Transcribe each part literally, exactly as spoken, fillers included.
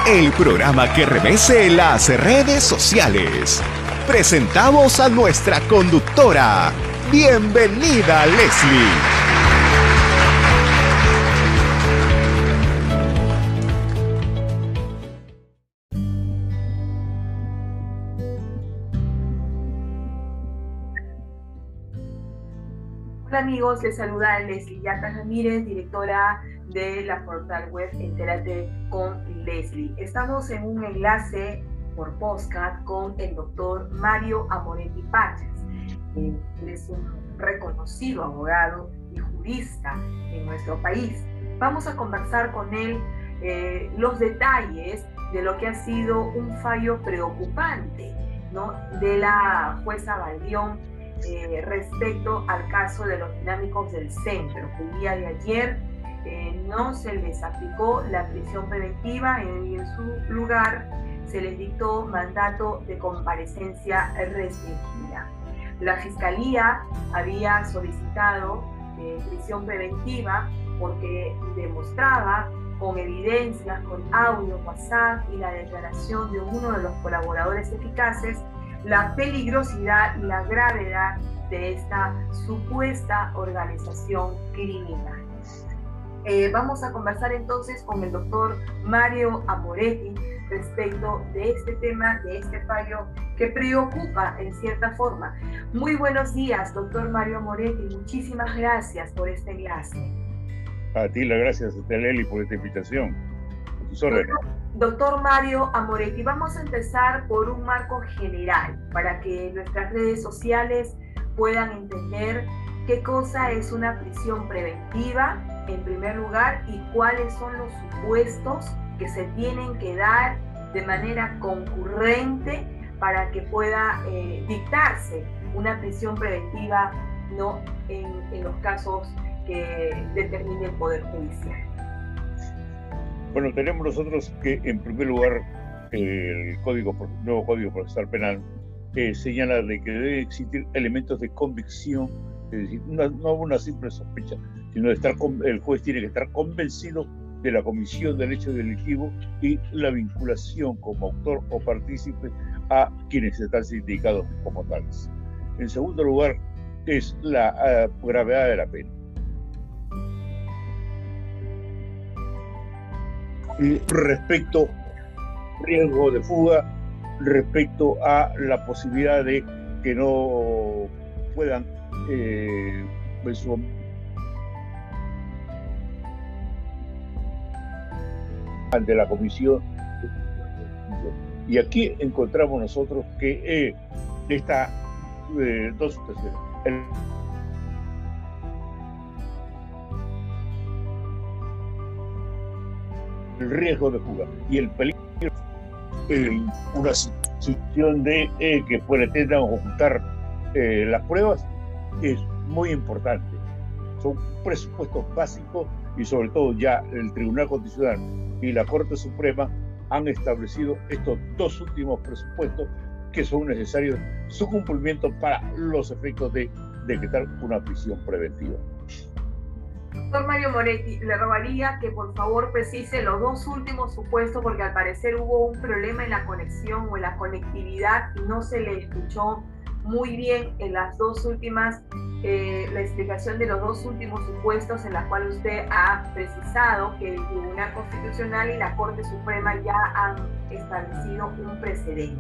el programa que revese las redes sociales. Presentamos a nuestra conductora. Bienvenida, Leslie. Hola amigos, les saluda Leslie Yata Ramírez, directora de la portal web Entérate con Leslie. Estamos en un enlace por podcast con el doctor Mario Amoretti Páez. Él es un reconocido abogado y jurista en nuestro país. Vamos a conversar con él eh, los detalles de lo que ha sido un fallo preocupante, ¿no?, de la jueza Baldión Eh, respecto al caso de los dinámicos del centro. El día de ayer eh, no se les aplicó la prisión preventiva y en su lugar se les dictó mandato de comparecencia restringida. La Fiscalía había solicitado eh, prisión preventiva porque demostraba con evidencias, con audio, WhatsApp y la declaración de uno de los colaboradores eficaces la peligrosidad y la gravedad de esta supuesta organización criminal. Eh, vamos a conversar entonces con el doctor Mario Amoretti respecto de este tema, de este fallo que preocupa en cierta forma. Muy buenos días, doctor Mario Amoretti. Muchísimas gracias por este enlace. A ti las gracias, Leli, por esta invitación. A tus órdenes. Doctor Mario Amoretti, vamos a empezar por un marco general para que nuestras redes sociales puedan entender qué cosa es una prisión preventiva, en primer lugar, y cuáles son los supuestos que se tienen que dar de manera concurrente para que pueda eh, dictarse una prisión preventiva, ¿no?, en, en los casos que determine el Poder Judicial. Bueno, tenemos nosotros que, en primer lugar, el código, nuevo Código Procesal Penal eh, señala de que deben existir elementos de convicción, es decir, una, no una simple sospecha, sino de estar con, el juez tiene que estar convencido de la comisión del hecho delictivo y la vinculación como autor o partícipe a quienes están sindicados como tales. En segundo lugar, es la uh, gravedad de la pena. Respecto al riesgo de fuga, respecto a la posibilidad de que no puedan eh, pues, ante la comisión. Y aquí encontramos nosotros que eh, estas eh, dos situaciones. El, el riesgo de fuga y el peligro, eh, una situación de eh, que pretendan ocultar eh, las pruebas, es muy importante. Son presupuestos básicos y sobre todo ya el Tribunal Constitucional y la Corte Suprema han establecido estos dos últimos presupuestos que son necesarios su cumplimiento para los efectos de decretar una prisión preventiva. Doctor Mario Moretti, le rogaría que por favor precise los dos últimos supuestos porque al parecer hubo un problema en la conexión o en la conectividad y no se le escuchó muy bien en las dos últimas, eh, la explicación de los dos últimos supuestos en la cual usted ha precisado que el Tribunal Constitucional y la Corte Suprema ya han establecido un precedente.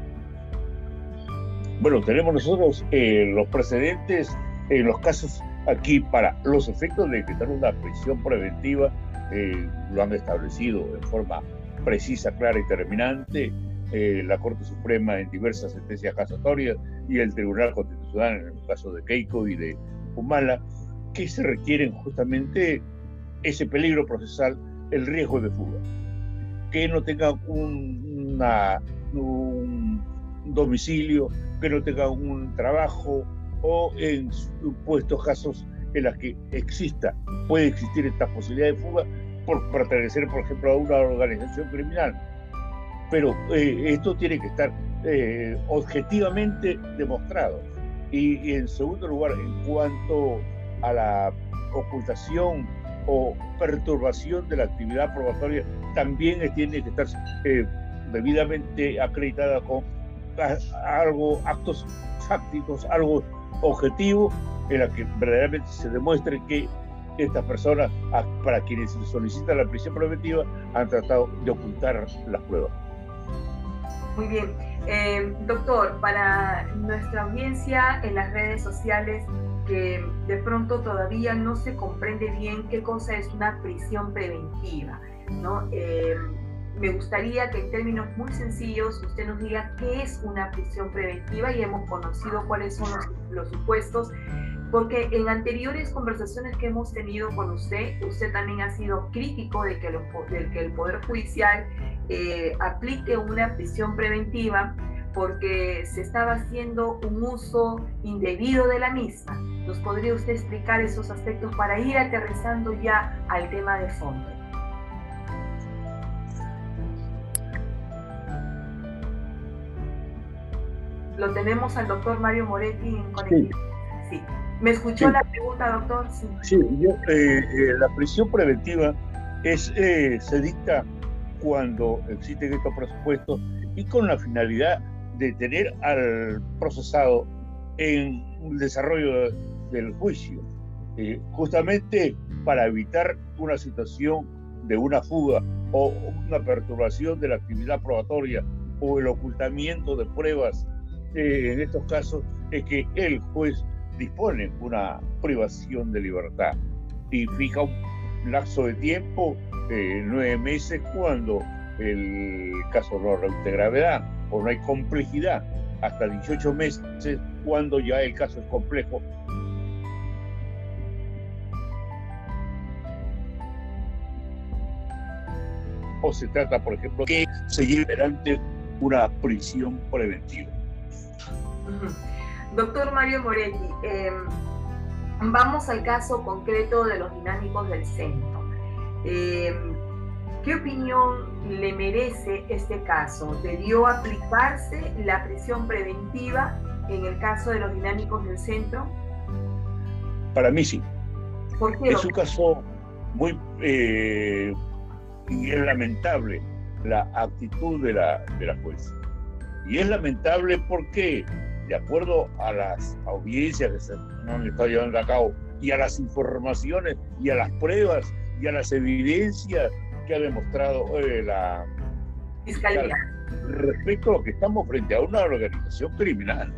Bueno, tenemos nosotros eh, los precedentes en los casos aquí para los efectos de decretar una prisión preventiva, eh, lo han establecido en forma precisa, clara y terminante eh, la Corte Suprema en diversas sentencias casatorias y el Tribunal Constitucional en el caso de Keiko y de Humala, que se requieren justamente ese peligro procesal, el riesgo de fuga, que no tenga un, una, un domicilio, que no tenga un trabajo, o en supuestos casos en los que exista, puede existir esta posibilidad de fuga por pertenecer, por ejemplo, a una organización criminal. Pero eh, esto tiene que estar eh, objetivamente demostrado. Y, y en segundo lugar, en cuanto a la ocultación o perturbación de la actividad probatoria también tiene que estar eh, debidamente acreditada con a, algo, actos fácticos, algo objetivo, en la que verdaderamente se demuestre que estas personas, para quienes se solicita la prisión preventiva, han tratado de ocultar las pruebas. Muy bien. Eh, doctor, para nuestra audiencia en las redes sociales, que de pronto todavía no se comprende bien qué cosa es una prisión preventiva, ¿no? Eh, me gustaría que en términos muy sencillos usted nos diga qué es una prisión preventiva, y hemos conocido cuáles son los, los supuestos, porque en anteriores conversaciones que hemos tenido con usted, usted también ha sido crítico de que, los, de que el Poder Judicial eh, aplique una prisión preventiva, porque se estaba haciendo un uso indebido de la misma. ¿Nos podría usted explicar esos aspectos para ir aterrizando ya al tema de fondo? Lo tenemos al doctor Mario Moretti en conexión. Sí. sí. ¿Me escuchó sí. la pregunta, doctor? Sí, sí yo, eh, eh, la prisión preventiva es, eh, se dicta cuando existen estos presupuestos y con la finalidad de tener al procesado en el desarrollo del juicio, eh, justamente para evitar una situación de una fuga o una perturbación de la actividad probatoria o el ocultamiento de pruebas. Eh, en estos casos es que el juez dispone una privación de libertad y fija un lapso de tiempo, eh, nueve meses, cuando el caso no resulta de gravedad o no hay complejidad, hasta dieciocho meses cuando ya el caso es complejo. O se trata, por ejemplo, que se lleve adelante una prisión preventiva. Uh-huh. Doctor Mario Moretti, eh, vamos al caso concreto de los dinámicos del centro. Eh, ¿Qué opinión le merece este caso? ¿Debió aplicarse la prisión preventiva en el caso de los dinámicos del centro? Para mí sí. ¿Por qué? Es un caso muy eh, y es lamentable la actitud de la, de la jueza. Y es lamentable porque, de acuerdo a las audiencias que se han estado llevando a cabo, y a las informaciones, y a las pruebas, y a las evidencias que ha demostrado eh, la Fiscalía, respecto a lo que estamos frente a una organización criminal,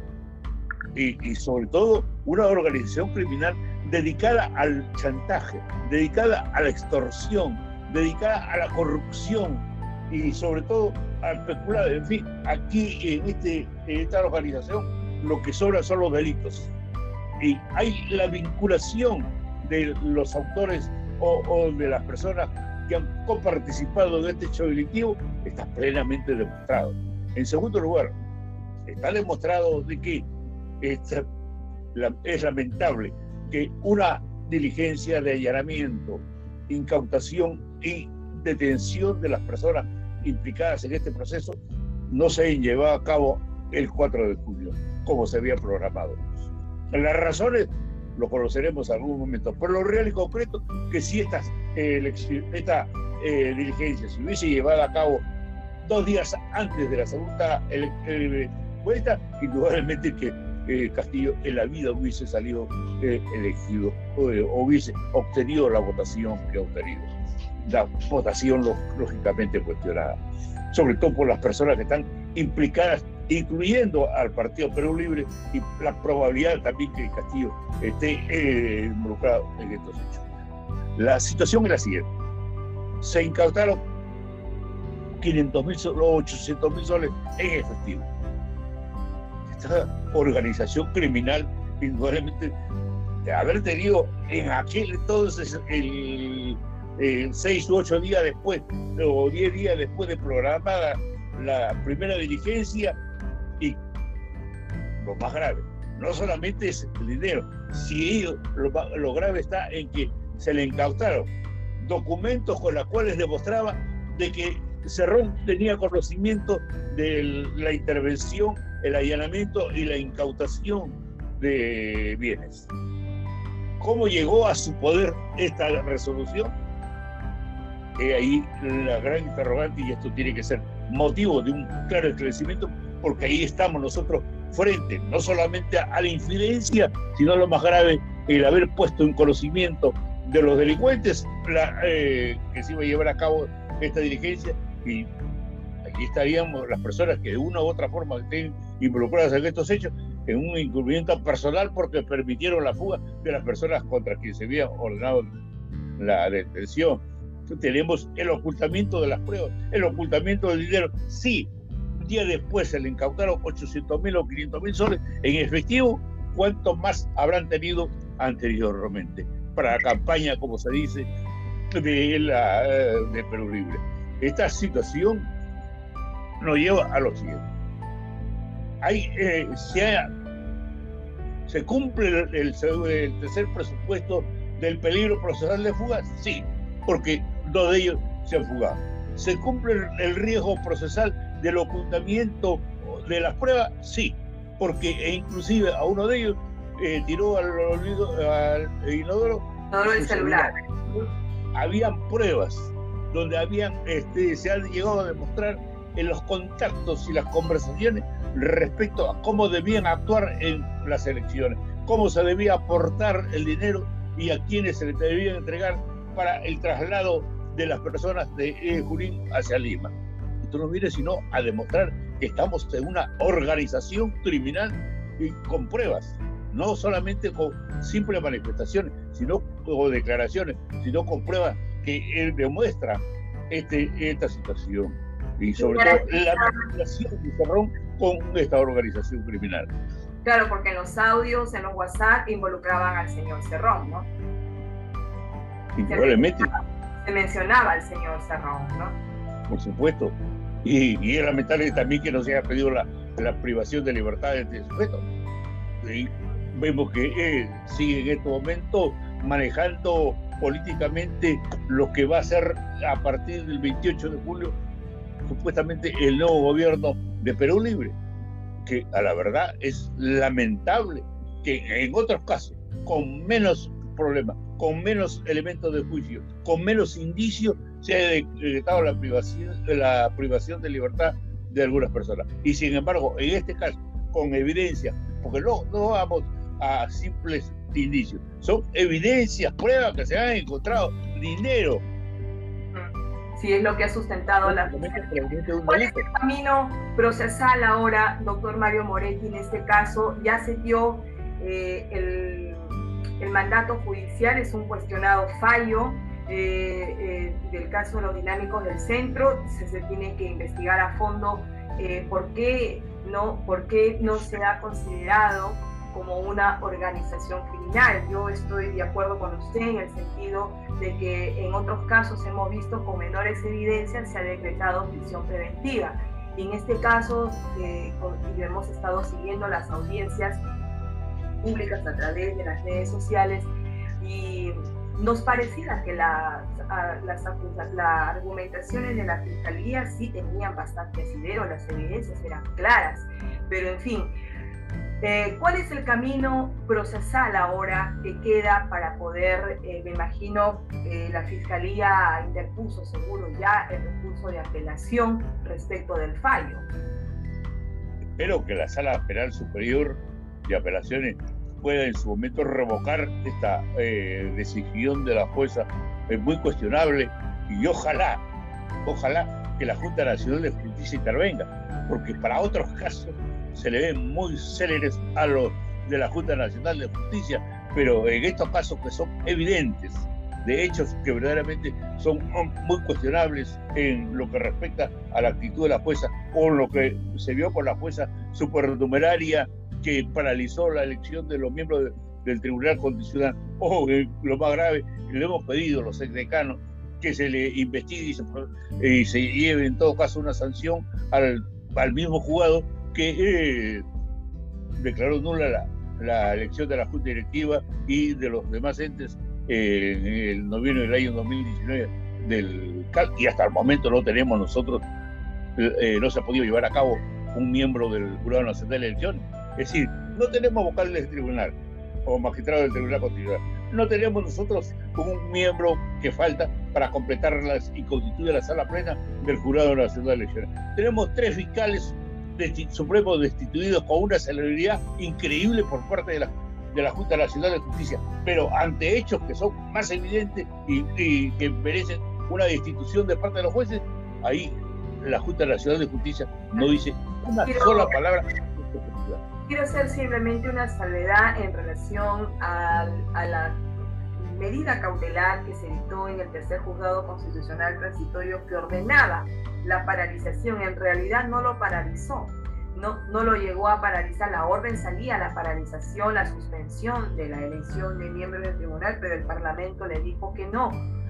y, y sobre todo una organización criminal dedicada al chantaje, dedicada a la extorsión, dedicada a la corrupción y sobre todo al peculado. En fin, aquí en, este, en esta organización lo que sobra son los delitos, y hay la vinculación de los autores o, o de las personas que han coparticipado de este hecho delictivo, está plenamente demostrado. En segundo lugar, está demostrado de que es, la, es lamentable que una diligencia de allanamiento, incautación y detención de las personas implicadas en este proceso no se hayan llevado a cabo el cuatro de julio, como se había programado. Las razones lo conoceremos en algún momento, pero lo real y concreto que si estas, eh, esta eh, diligencia se hubiese llevado a cabo dos días antes de la segunda ele ele vuelta, indudablemente que eh, Castillo en la vida hubiese salido eh, elegido o eh, hubiese obtenido la votación que ha obtenido. La votación lógicamente cuestionada, sobre todo por las personas que están implicadas, incluyendo al Partido Perú Libre, y la probabilidad también que Castillo esté eh, involucrado en estos hechos. La situación es la siguiente: se incautaron quinientos mil soles, ochocientos mil soles en efectivo. Esta organización criminal, indudablemente, de haber tenido en aquel entonces el Eh, seis u ocho días después o diez días después de programada la primera diligencia, y lo más grave, no solamente es el dinero, si ellos, lo, lo grave está en que se le incautaron documentos con los cuales demostraba de que Cerrón tenía conocimiento de la intervención, el allanamiento y la incautación de bienes. ¿Cómo llegó a su poder esta resolución? Eh, ahí la gran interrogante, y esto tiene que ser motivo de un claro esclarecimiento, porque ahí estamos nosotros frente no solamente a la infidencia, sino lo más grave, el haber puesto en conocimiento de los delincuentes la, eh, que se iba a llevar a cabo esta diligencia, y aquí estaríamos las personas que de una u otra forma estén involucradas en estos hechos en un incumplimiento personal porque permitieron la fuga de las personas contra quienes se había ordenado la detención. Tenemos el ocultamiento de las pruebas, el ocultamiento del dinero. Sí, un día después se le incautaron ochocientos mil o quinientos mil soles en efectivo. ¿Cuánto más habrán tenido anteriormente para la campaña, como se dice, de, la, de Perú Libre? Esta situación nos lleva a lo siguiente. Hay, eh, se, ha, ¿Se cumple el, el, el tercer presupuesto del peligro procesal de fuga? Sí, porque dos de ellos se han fugado. ¿Se cumple el, el riesgo procesal del ocultamiento de las pruebas? Sí, porque e inclusive a uno de ellos eh, tiró al, al, al inodoro todo el celular. celular. Habían pruebas donde habían, este, se han llegado a demostrar en los contactos y las conversaciones respecto a cómo debían actuar en las elecciones, cómo se debía aportar el dinero y a quiénes se le debían entregar para el traslado de las personas de eh, Junín hacia Lima. Esto no viene sino a demostrar que estamos en una organización criminal y con pruebas, no solamente con simples manifestaciones, sino con declaraciones, sino con pruebas que eh, demuestran este, esta situación. Y sobre todo la manipulación de Cerrón con esta organización criminal. Claro, porque en los audios, en los WhatsApp, involucraban al señor Cerrón, ¿no? Indudablemente. Se mencionaba, se mencionaba al señor Cerrón, ¿no? Por supuesto. Y, y es lamentable también que no se haya pedido la, la privación de libertad de este sujeto. Y vemos que eh, sigue en este momento manejando políticamente lo que va a ser a partir del veintiocho de julio supuestamente el nuevo gobierno de Perú Libre, que a la verdad es lamentable que en otros casos, con menos problemas, con menos elementos de juicio, con menos indicios, se haya decretado la privación, la privación de libertad de algunas personas. Y sin embargo, en este caso, con evidencia, porque no, no vamos a simples indicios, son evidencias, pruebas que se han encontrado, dinero. Sí, es lo que ha sustentado la Fiscalía. ¿Cuál es el camino procesal ahora, doctor Mario Moretti, en este caso? Ya se dio eh, el, el mandato judicial, es un cuestionado fallo eh, eh, del caso de los dinámicos del centro. Se, se tiene que investigar a fondo eh, por qué no, por qué no se ha considerado como una organización criminal. Yo estoy de acuerdo con usted en el sentido de que en otros casos hemos visto con menores evidencias se ha decretado prisión preventiva. Y en este caso, eh, y hemos estado siguiendo las audiencias públicas a través de las redes sociales, y nos pareciera que las, las, las argumentaciones de la Fiscalía sí tenían bastante asidero, las evidencias eran claras, pero en fin, Eh, ¿cuál es el camino procesal ahora que queda para poder, eh, me imagino, eh, la Fiscalía interpuso seguro ya el recurso de apelación respecto del fallo? Espero que la Sala Penal Superior de Apelaciones pueda en su momento revocar esta eh, decisión de la jueza, es muy cuestionable, y ojalá, ojalá que la Junta Nacional de Justicia intervenga, porque para otros casos se le ven muy céleres a los de la Junta Nacional de Justicia, pero en estos casos que son evidentes, de hechos que verdaderamente son muy cuestionables en lo que respecta a la actitud de la jueza, o lo que se vio con la jueza supernumeraria que paralizó la elección de los miembros de, del Tribunal Constitucional, o eh, lo más grave, le hemos pedido a los exdecanos que se le investigue y se, y se lleve en todo caso una sanción al, al mismo juzgado que eh, declaró nula la, la elección de la Junta Directiva y de los demás entes eh, en el noviembre del año dos mil diecinueve del C A L, y hasta el momento no tenemos nosotros, eh, no se ha podido llevar a cabo un miembro del Jurado Nacional de Elecciones. Es decir, no tenemos vocales del tribunal o magistrados del Tribunal Constitucional, no tenemos nosotros un miembro que falta para completarlas y constituir la sala plena del Jurado Nacional de Elecciones. Tenemos tres fiscales de supremos destituidos con una celeridad increíble por parte de la, de la Junta Nacional de Justicia, pero ante hechos que son más evidentes y, y que merecen una destitución de parte de los jueces, ahí la Junta Nacional de Justicia no dice una quiero, sola palabra. Quiero hacer simplemente una salvedad en relación a, a la medida cautelar que se dictó en el tercer juzgado constitucional transitorio que ordenaba la paralización. En realidad no lo paralizó, no, no lo llegó a paralizar. La orden salía, la paralización, la suspensión de la elección de miembros del tribunal, pero el Parlamento le dijo que no.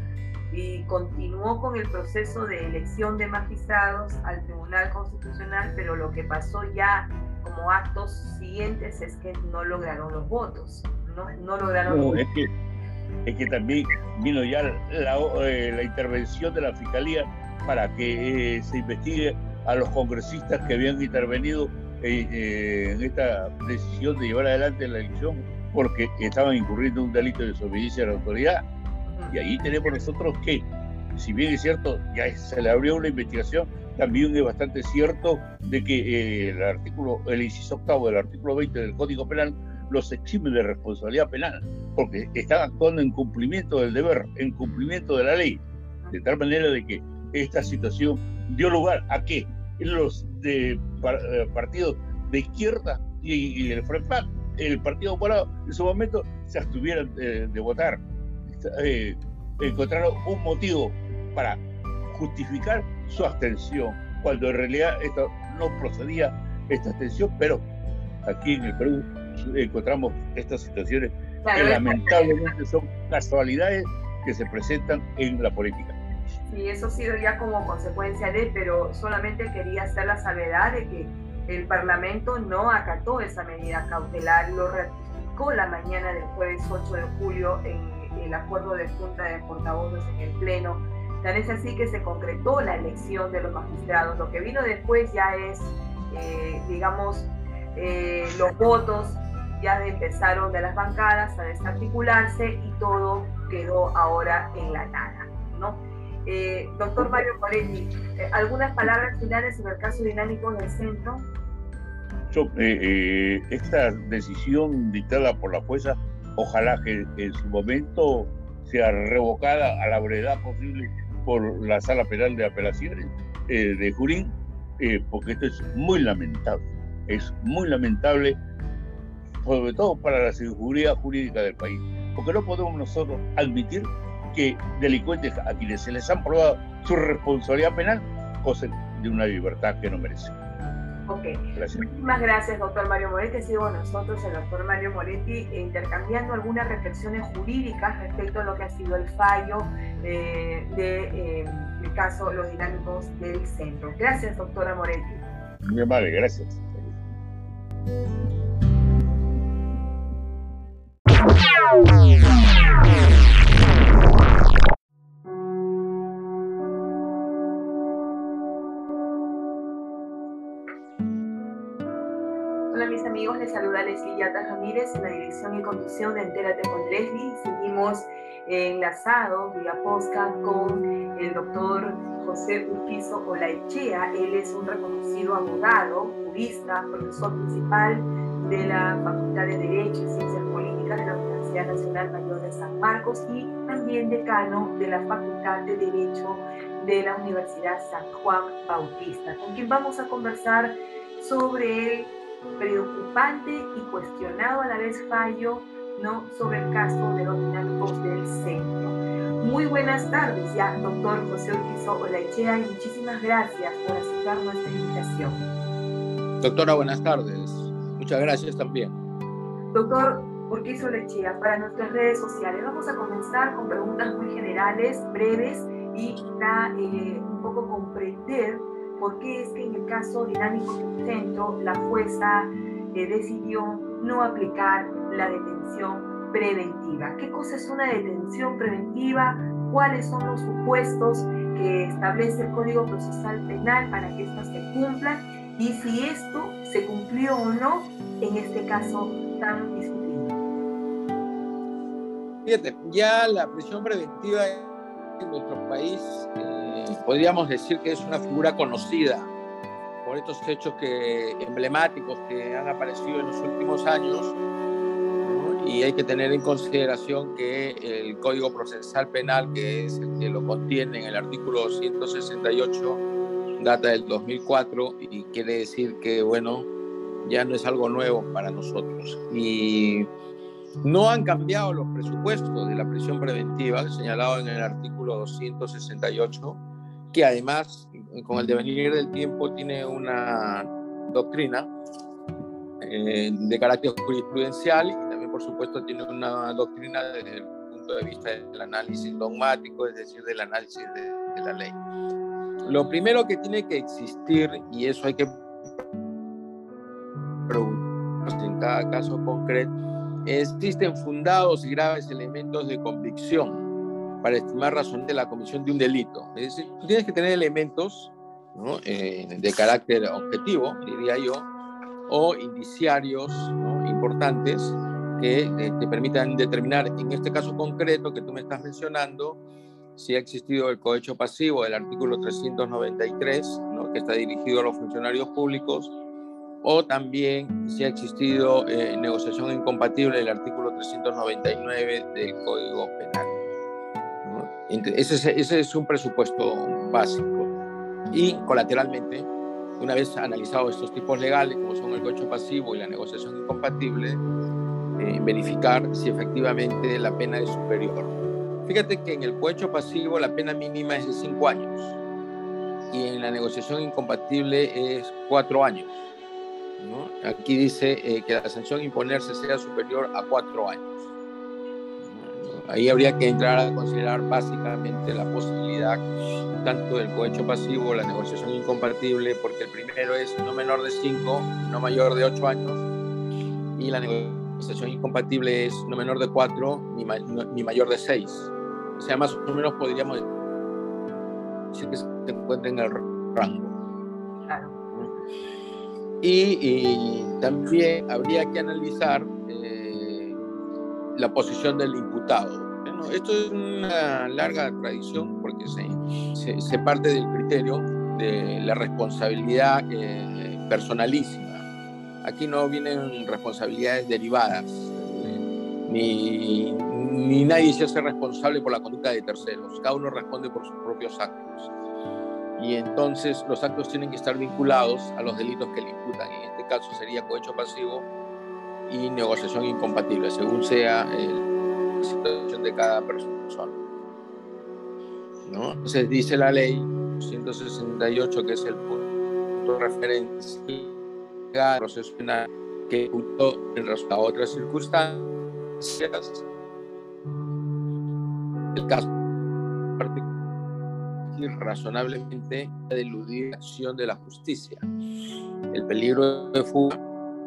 Y continuó con el proceso de elección de magistrados al Tribunal Constitucional, pero lo que pasó ya como actos siguientes es que no lograron los votos, no, no lograron no, los es que, es que también vino ya la, eh, la intervención de la Fiscalía para que eh, se investigue a los congresistas que habían intervenido eh, eh, en esta decisión de llevar adelante la elección porque estaban incurriendo en un delito de desobediencia a la autoridad. Y ahí tenemos nosotros que, si bien es cierto, ya se le abrió una investigación, también es bastante cierto de que eh, el artículo, el inciso octavo del artículo veinte del Código Penal los exime de responsabilidad penal, porque están actuando en cumplimiento del deber, en cumplimiento de la ley, de tal manera de que esta situación dio lugar a que los de par, partidos de izquierda y, y el FREPAC, el Partido Morado, en su momento se abstuvieran de, de votar. Eh, encontraron un motivo para justificar su abstención, cuando en realidad esto no procedía esta abstención, pero aquí en el Perú encontramos estas situaciones claro, que lamentablemente son casualidades que se presentan en la política. Sí, eso ha sido ya como consecuencia de, pero solamente quería hacer la salvedad de que el Parlamento no acató esa medida cautelar, lo ratificó la mañana del jueves ocho de julio en el acuerdo de Junta de Portavoces en el Pleno. Tan es así que se concretó la elección de los magistrados. Lo que vino después ya es, eh, digamos, eh, los votos ya empezaron de las bancadas a desarticularse y todo quedó ahora en la nada, ¿no? Eh, doctor Mario Moretti, eh, ¿algunas palabras finales sobre el caso dinámico del centro? Yo, eh, eh, esta decisión dictada por la jueza, ojalá que en su momento sea revocada a la brevedad posible por la Sala Penal de Apelaciones eh, de Junín, eh, porque esto es muy lamentable, es muy lamentable, sobre todo para la seguridad jurídica del país, porque no podemos nosotros admitir que delincuentes a quienes se les han probado su responsabilidad penal gocen de una libertad que no merecen. Ok, gracias. Muchísimas gracias, doctor Mario Moretti. Ha sido con nosotros el doctor Mario Moretti intercambiando algunas reflexiones jurídicas respecto a lo que ha sido el fallo eh, de, eh, del caso Los Dinámicos del Centro. Gracias, doctora Moretti. Muy amable, gracias. Hola mis amigos, les saluda Leslie Yatas Ramírez en la dirección y conducción de Entérate con Leslie. Seguimos eh, enlazados vía podcast con el doctor José Urquizo Olaechea. Él es un reconocido abogado, jurista, profesor principal de la Facultad de Derecho y Ciencias Políticas de la Universidad Nacional Mayor de San Marcos y también decano de la Facultad de Derecho de la Universidad San Juan Bautista, con quien vamos a conversar sobre el preocupante y cuestionado a la vez fallo, ¿no?, sobre el caso de los dinámicos del centro. Muy buenas tardes ya, doctor José Urquizo Olaechea, y muchísimas gracias por aceptar nuestra invitación. Doctora, buenas tardes. Muchas gracias también. Doctor Urquizo Olaechea, para nuestras redes sociales vamos a comenzar con preguntas muy generales, breves, y quizá eh, un poco comprender por qué es que en el caso dinámico del centro la jueza eh, decidió no aplicar la detención preventiva. ¿Qué cosa es una detención preventiva? ¿Cuáles son los supuestos que establece el Código Procesal Penal para que éstas se cumplan? Y si esto se cumplió o no en este caso tan discutido. Fíjate, ya la prisión preventiva en nuestro país eh, podríamos decir que es una figura conocida por estos hechos que, emblemáticos que han aparecido en los últimos años, ¿no? Y hay que tener en consideración que el Código Procesal Penal, que es el que lo contiene en el artículo doscientos sesenta y ocho, data del dos mil cuatro y quiere decir que, bueno, ya no es algo nuevo para nosotros. Y no han cambiado los presupuestos de la prisión preventiva, señalado en el artículo doscientos sesenta y ocho, que además, con el devenir del tiempo, tiene una doctrina eh, de carácter jurisprudencial y también, por supuesto, tiene una doctrina desde el punto de vista del análisis dogmático, es decir, del análisis de, de la ley. Lo primero que tiene que existir, y eso hay que preguntarse en cada caso concreto, existen fundados y graves elementos de convicción para estimar razón de la comisión de un delito. Es decir, tú tienes que tener elementos, ¿no? eh, de carácter objetivo, diría yo, o indiciarios, ¿no? importantes que eh, te permitan determinar, en este caso concreto que tú me estás mencionando, si ha existido el cohecho pasivo del artículo trescientos noventa y tres, ¿no? que está dirigido a los funcionarios públicos, o también si ha existido eh, negociación incompatible del artículo trescientos noventa y nueve del Código Penal, ¿no? Ese es, ese es un presupuesto básico. Y colateralmente, una vez analizados estos tipos legales, como son el cohecho pasivo y la negociación incompatible, eh, verificar si efectivamente la pena es superior. Fíjate que en el cohecho pasivo la pena mínima es de cinco años y en la negociación incompatible es cuatro años. ¿No? Aquí dice eh, que la sanción a imponerse sea superior a cuatro años. ¿No? Ahí habría que entrar a considerar básicamente la posibilidad tanto del cohecho pasivo o la negociación incompatible, porque el primero es no menor de cinco, no mayor de ocho años, y la negociación incompatible es no menor de cuatro ni, ma no, ni mayor de seis. O sea, más o menos podríamos decir que se encuentra en el rango. Y, y también habría que analizar eh, la posición del imputado. Bueno, esto es una larga tradición porque se, se, se parte del criterio de la responsabilidad eh, personalísima. Aquí no vienen responsabilidades derivadas, eh, ni, ni nadie se hace responsable por la conducta de terceros. Cada uno responde por sus propios actos. Y entonces los actos tienen que estar vinculados a los delitos que le imputan. En este caso sería cohecho pasivo y negociación incompatible, según sea el, la situación de cada persona, ¿no? Entonces dice la ley ciento sesenta y ocho, que es el punto de referencia del proceso penal, que imputó en razón a otras circunstancias el caso particular razonablemente de eludir la acción de la justicia. El peligro de fuga.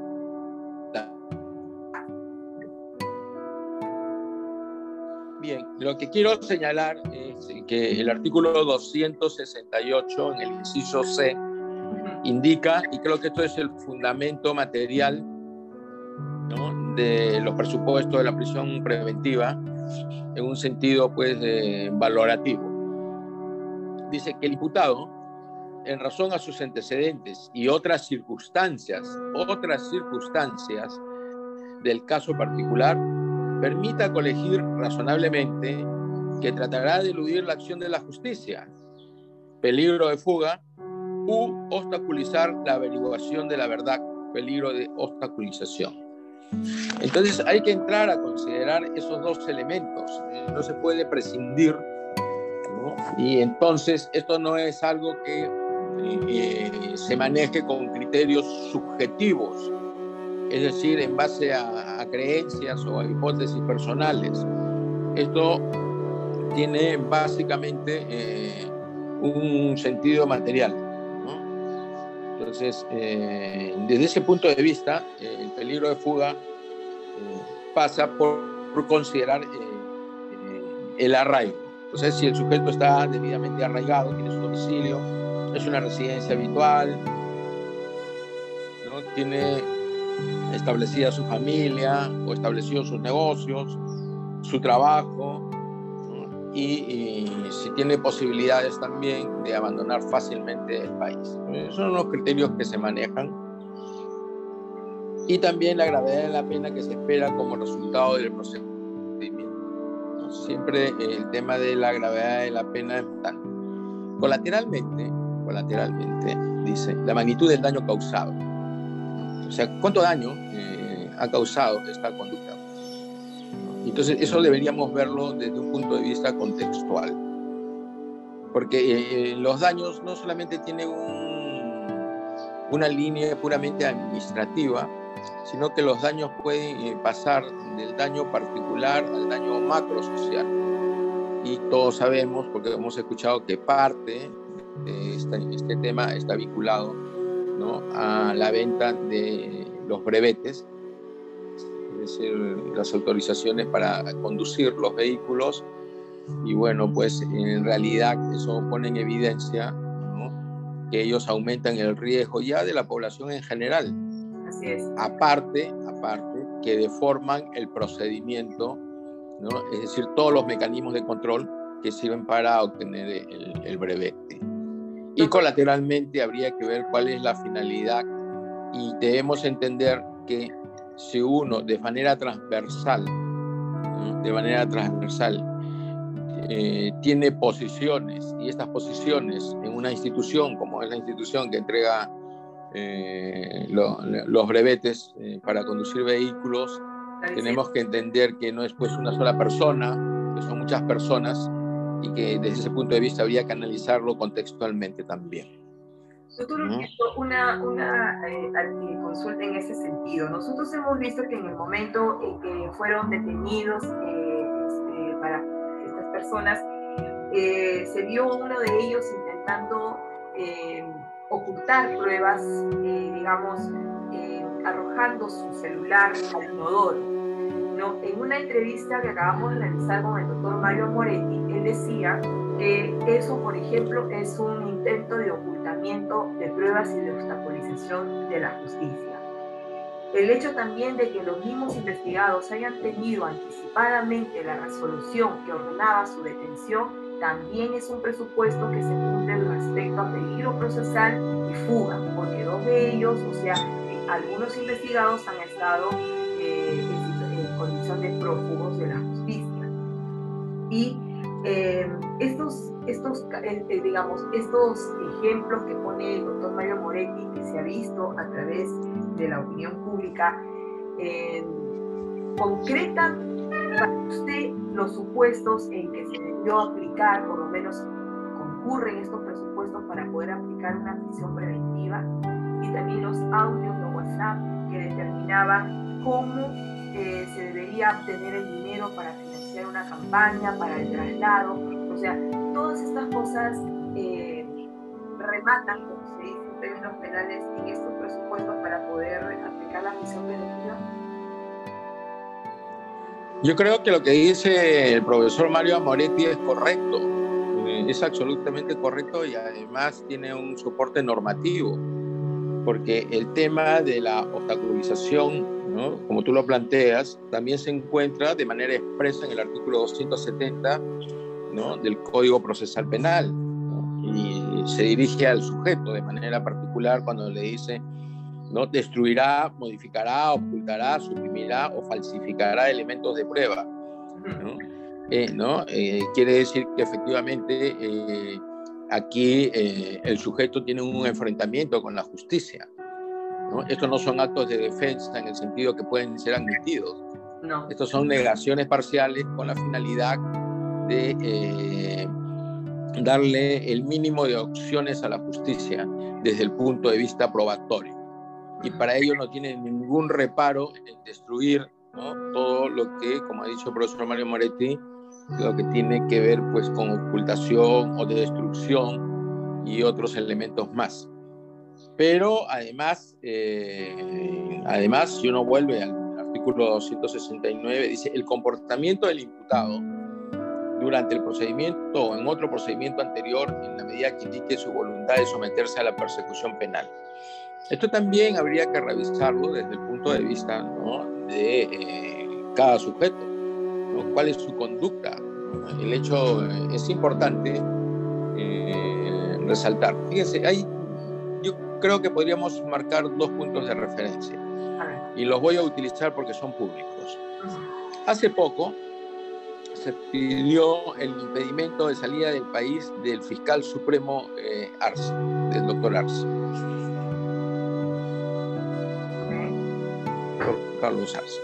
Bien, lo que quiero señalar es que el artículo doscientos sesenta y ocho, en el inciso C, indica, y creo que esto es el fundamento material, ¿no?, de los presupuestos de la prisión preventiva, en un sentido pues eh, valorativo. Dice que el imputado, en razón a sus antecedentes y otras circunstancias, otras circunstancias del caso particular, permita colegir razonablemente que tratará de eludir la acción de la justicia, peligro de fuga, u obstaculizar la averiguación de la verdad, peligro de obstaculización. Entonces hay que entrar a considerar esos dos elementos. No se puede prescindir, ¿no? Y entonces esto no es algo que eh, se maneje con criterios subjetivos, es decir, en base a, a creencias o a hipótesis personales. Esto tiene básicamente eh, un sentido material, ¿no? Entonces, eh, desde ese punto de vista, eh, el peligro de fuga eh, pasa por, por considerar eh, eh, el arraigo. Entonces, si el sujeto está debidamente arraigado, tiene su domicilio, es una residencia habitual, ¿no?, tiene establecida su familia o establecido sus negocios, su trabajo, ¿no? y, y si tiene posibilidades también de abandonar fácilmente el país. Esos son los criterios que se manejan. Y también la gravedad de la pena que se espera como resultado del procedimiento. ¿No? Siempre el tema de la gravedad de la pena es bastante. Colateralmente, colateralmente, dice, la magnitud del daño causado. O sea, ¿cuánto daño eh, ha causado esta conducta? Entonces, eso deberíamos verlo desde un punto de vista contextual. Porque eh, los daños no solamente tienen un, una línea puramente administrativa, sino que los daños pueden eh, pasar del daño particular al daño macrosocial. Y todos sabemos, porque hemos escuchado, que parte de este, este tema está vinculado, ¿no?, a la venta de los brevetes, es decir, las autorizaciones para conducir los vehículos. Y bueno, pues en realidad eso pone en evidencia, ¿no?, que ellos aumentan el riesgo ya de la población en general. Así es. Aparte, aparte, que deforman el procedimiento, ¿no?, es decir, todos los mecanismos de control que sirven para obtener el, el brevete. Y colateralmente habría que ver cuál es la finalidad, y debemos entender que si uno de manera transversal, ¿no?, de manera transversal, eh, tiene posiciones, y estas posiciones en una institución, como es la institución que entrega eh, lo, los brevetes eh, para conducir vehículos, tenemos que entender que no es pues una sola persona, que son muchas personas, y que desde ese punto de vista habría que analizarlo contextualmente también. Doctor Urquijo, una, una eh, consulta en ese sentido. Nosotros hemos visto que en el momento en que fueron detenidos eh, este, para estas personas, eh, se vio uno de ellos intentando eh, ocultar pruebas, eh, digamos, eh, arrojando su celular al inodoro, ¿no? En una entrevista que acabamos de realizar con el doctor Mario Moretti, él decía que eso, por ejemplo, es un intento de ocultamiento de pruebas y de obstaculización de la justicia. El hecho también de que los mismos investigados hayan tenido anticipadamente la resolución que ordenaba su detención también es un presupuesto que se cumple respecto a peligro procesal y fuga, porque dos de ellos, o sea, algunos investigados han estado eh, en, en condición de prófugos de la justicia. Y eh, estos, estos eh, digamos, estos ejemplos que pone el doctor Mario Moretti, que se ha visto a través de la opinión pública, eh, concretan para usted los supuestos en que se debió aplicar, por lo menos concurren estos presupuestos para poder aplicar una prisión preventiva, y también los audios de WhatsApp que determinaban cómo eh, se debería obtener el dinero para financiar una campaña, para el traslado. O sea, todas estas cosas eh, rematan, como se dice en términos penales, en estos presupuestos para poder aplicar la prisión preventiva. Yo creo que lo que dice el profesor Mario Moretti es correcto, es absolutamente correcto, y además tiene un soporte normativo, porque el tema de la obstaculización, ¿no?, como tú lo planteas, también se encuentra de manera expresa en el artículo doscientos setenta, ¿no?, del Código Procesal Penal, ¿no?, y se dirige al sujeto de manera particular cuando le dice, ¿no?, destruirá, modificará, ocultará, suprimirá o falsificará elementos de prueba, ¿no? Eh, ¿no? Eh, quiere decir que efectivamente eh, aquí eh, el sujeto tiene un enfrentamiento con la justicia, ¿no? Estos no son actos de defensa en el sentido que pueden ser admitidos. No. Estos son negaciones parciales con la finalidad de eh, darle el mínimo de opciones a la justicia desde el punto de vista probatorio. Y para ello no tienen ningún reparo en destruir, ¿no?, todo lo que, como ha dicho el profesor Mario Moretti, lo que tiene que ver pues con ocultación o de destrucción y otros elementos más. Pero además, eh, además, si uno vuelve al artículo doscientos sesenta y nueve, dice: el comportamiento del imputado durante el procedimiento o en otro procedimiento anterior, en la medida que indique su voluntad de someterse a la persecución penal. Esto también habría que revisarlo desde el punto de vista, ¿no?, de eh, cada sujeto, ¿no? ¿no? ¿Cuál es su conducta? El hecho eh, es importante eh, resaltar. Fíjense, hay, yo creo que podríamos marcar dos puntos de referencia y los voy a utilizar porque son públicos. Hace poco se pidió el impedimento de salida del país del fiscal supremo eh, Arce, del doctor Arce. Carlos Arce.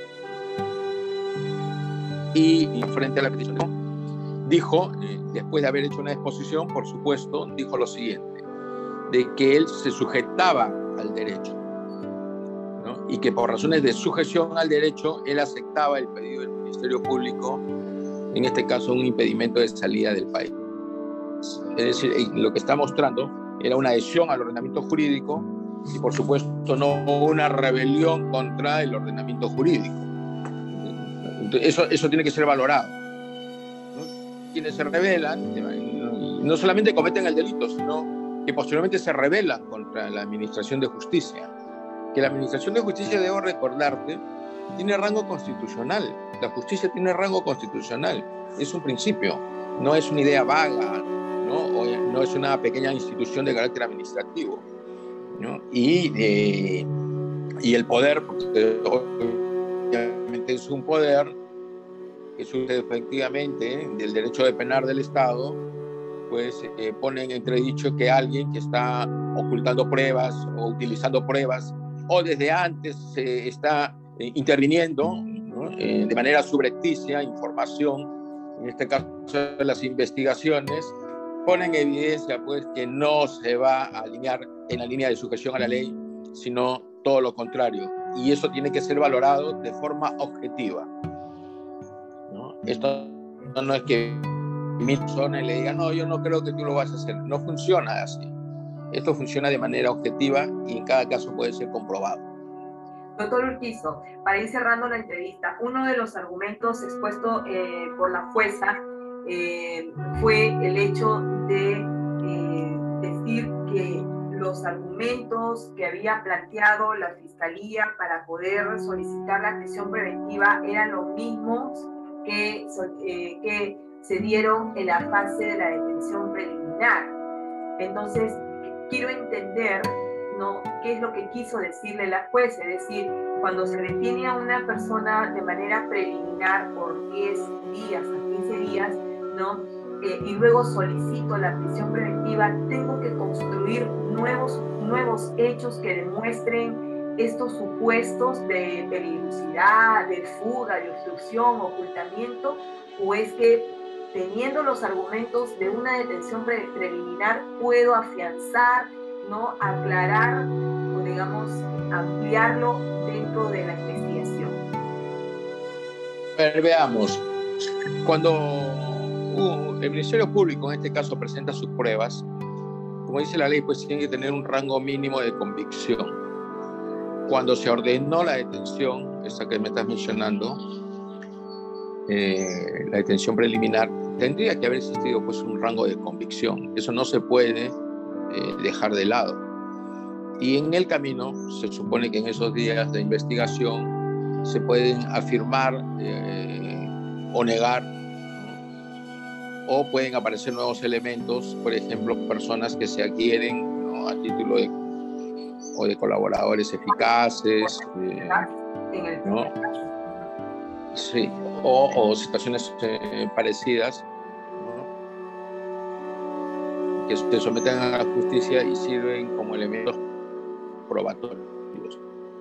Y, y frente a la petición, dijo, eh, después de haber hecho una exposición, por supuesto, dijo lo siguiente, de que él se sujetaba al derecho, ¿no? Y que por razones de sujeción al derecho, él aceptaba el pedido del Ministerio Público, en este caso un impedimento de salida del país. Es decir, lo que está mostrando era una adhesión al ordenamiento jurídico y por supuesto no una rebelión contra el ordenamiento jurídico. Entonces, eso, eso tiene que ser valorado, ¿no? Quienes se rebelan no solamente cometen el delito, sino que posteriormente se rebelan contra la Administración de Justicia. Que la Administración de Justicia, debo recordarte, tiene rango constitucional. La justicia tiene rango constitucional. Es un principio, no es una idea vaga, ¿no? O no es una pequeña institución de carácter administrativo, ¿no? Y, eh, y el poder, porque obviamente es un poder que surge efectivamente del derecho de penar del Estado, pues eh, pone en entredicho que alguien que está ocultando pruebas o utilizando pruebas o desde antes se eh, está eh, interviniendo, ¿no? eh, de manera subrepticia, información, en este caso las investigaciones, ponen en evidencia pues, que no se va a alinear en la línea de sujeción a la ley, sino todo lo contrario. Y eso tiene que ser valorado de forma objetiva, ¿no? Esto no es que mi persona le diga, no, yo no creo que tú lo vas a hacer. No funciona así. Esto funciona de manera objetiva y en cada caso puede ser comprobado. Doctor Urquizo, para ir cerrando la entrevista, uno de los argumentos expuestos eh, por la jueza eh, fue el hecho de eh, decir que los argumentos que había planteado la Fiscalía para poder solicitar la prisión preventiva eran los mismos que, eh, que se dieron en la fase de la detención preliminar. Entonces, quiero entender, ¿no?, qué es lo que quiso decirle la jueza. Es decir, cuando se detiene a una persona de manera preliminar por diez días a quince días, ¿no?, eh, y luego solicito la prisión preventiva, tengo que construir nuevos, nuevos hechos que demuestren estos supuestos de peligrosidad, de fuga, de obstrucción, ocultamiento, o es que teniendo los argumentos de una detención pre preliminar puedo afianzar, ¿no?, aclarar o, digamos, ampliarlo dentro de la investigación. A ver, veamos. Cuando uh, el Ministerio Público, en este caso, presenta sus pruebas, como dice la ley, pues tiene que tener un rango mínimo de convicción. Cuando se ordenó la detención, esa que me estás mencionando, eh, la detención preliminar, tendría que haber existido pues un rango de convicción. Eso no se puede eh, dejar de lado. Y en el camino se supone que en esos días de investigación se pueden afirmar eh, o negar, ¿no?, o pueden aparecer nuevos elementos, por ejemplo, personas que se adquieren, ¿no?, a título de, o de colaboradores eficaces, eh, ¿no? Sí, o, o situaciones eh, parecidas, ¿no?, que se someten a la justicia y sirven como elementos probatorios.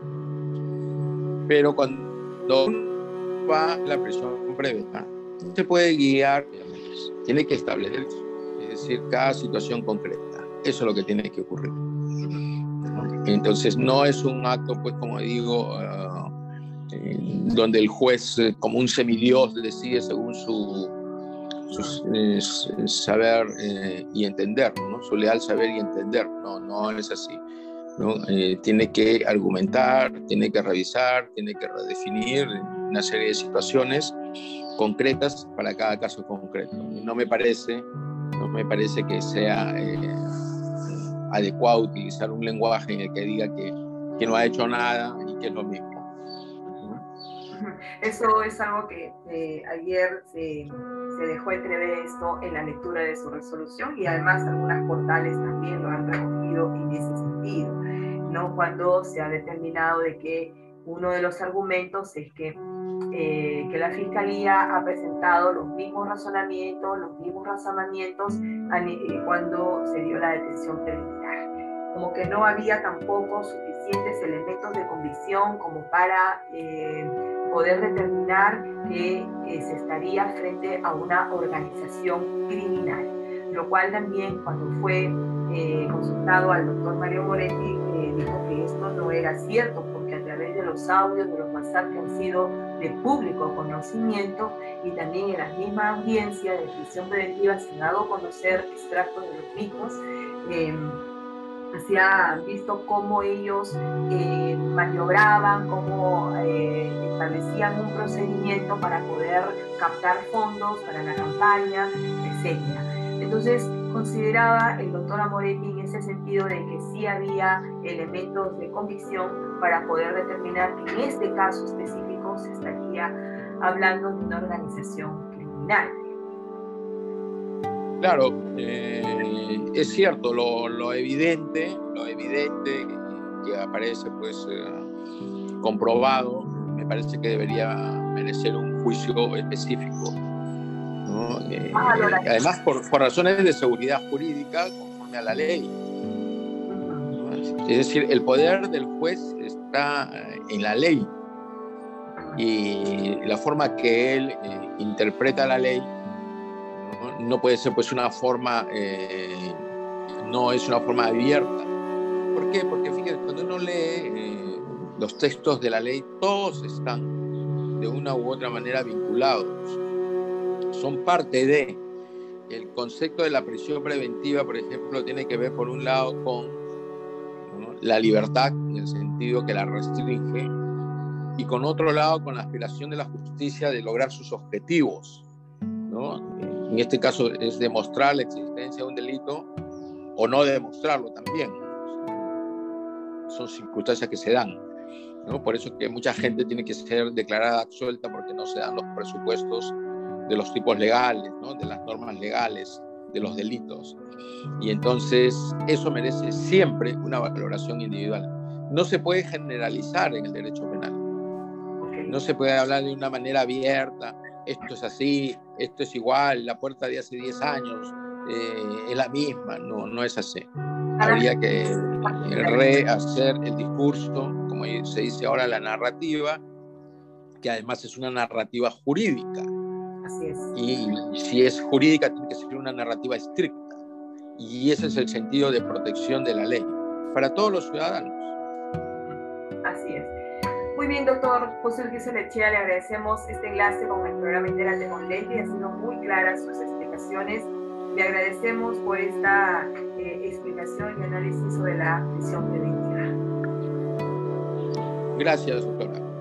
Pero cuando uno va a la prisión preventiva, no se puede guiar, tiene que establecer, es decir, cada situación concreta. Eso es lo que tiene que ocurrir. Entonces, no es un acto, pues, como digo, uh, eh, donde el juez, eh, como un semidios, decide según su, su eh, saber eh, y entender, ¿no?, su leal saber y entender. No, no es así, ¿no? Eh, tiene que argumentar, tiene que revisar, tiene que redefinir una serie de situaciones concretas para cada caso concreto. No me parece, no me parece que sea eh, adecuado utilizar un lenguaje en el que diga que, que no ha hecho nada y que es lo mismo. Eso es algo que eh, ayer se, se dejó entrever esto en la lectura de su resolución, y además algunas portales también lo han recogido en ese sentido, ¿no? Cuando se ha determinado de que uno de los argumentos es que, eh, que la Fiscalía ha presentado los mismos razonamientos, los mismos razonamientos cuando se dio la detención preliminar. Como que no había tampoco suficientes elementos de convicción como para eh, poder determinar que eh, se estaría frente a una organización criminal, lo cual también cuando fue eh, consultado al doctor Mario Moretti eh, dijo que esto no era cierto, porque a través de los audios, de los WhatsApp que han sido de público conocimiento, y también en la misma audiencia de prisión preventiva se han dado a conocer extractos de los mismos, eh, se ha visto cómo ellos eh, maniobraban, cómo eh, establecían un procedimiento para poder captar fondos para la campaña, etcétera. Entonces, consideraba el doctor Amoretti en ese sentido de que sí había elementos de convicción para poder determinar que en este caso específico se estaría hablando de una organización criminal. Claro, eh, es cierto, lo, lo evidente, lo evidente que aparece pues eh, comprobado, me parece que debería merecer un juicio específico, ¿no? Eh, ah, no, eh, además por, por razones de seguridad jurídica conforme a la ley, ¿no? Es decir, el poder del juez está en la ley, y la forma que él eh, interpreta la ley no puede ser pues una forma, eh, no es una forma abierta. ¿Por qué? Porque fíjate, cuando uno lee eh, los textos de la ley, todos están de una u otra manera vinculados. Son parte de. El concepto de la prisión preventiva, por ejemplo, tiene que ver por un lado con, ¿no?, la libertad, en el sentido que la restringe, y con otro lado con la aspiración de la justicia de lograr sus objetivos, ¿no? En este caso es demostrar la existencia de un delito o no demostrarlo también. Son circunstancias que se dan, ¿no? Por eso es que mucha gente tiene que ser declarada absuelta, porque no se dan los presupuestos de los tipos legales, ¿no?, de las normas legales de los delitos. Y entonces eso merece siempre una valoración individual. No se puede generalizar en el derecho penal. No se puede hablar de una manera abierta. Esto es así, esto es igual, la puerta de hace diez años eh, es la misma. No, no es así. Habría que rehacer el discurso, como se dice ahora, la narrativa, que además es una narrativa jurídica. Así es. Y si es jurídica, tiene que ser una narrativa estricta. Y ese es el sentido de protección de la ley para todos los ciudadanos. Así es. Muy bien, doctor José Luis Lechea, le agradecemos este enlace con el programa Entérate con Leslie. Han sido muy claras sus explicaciones. Le agradecemos por esta eh, explicación y análisis sobre la prisión preventiva. Gracias, doctora.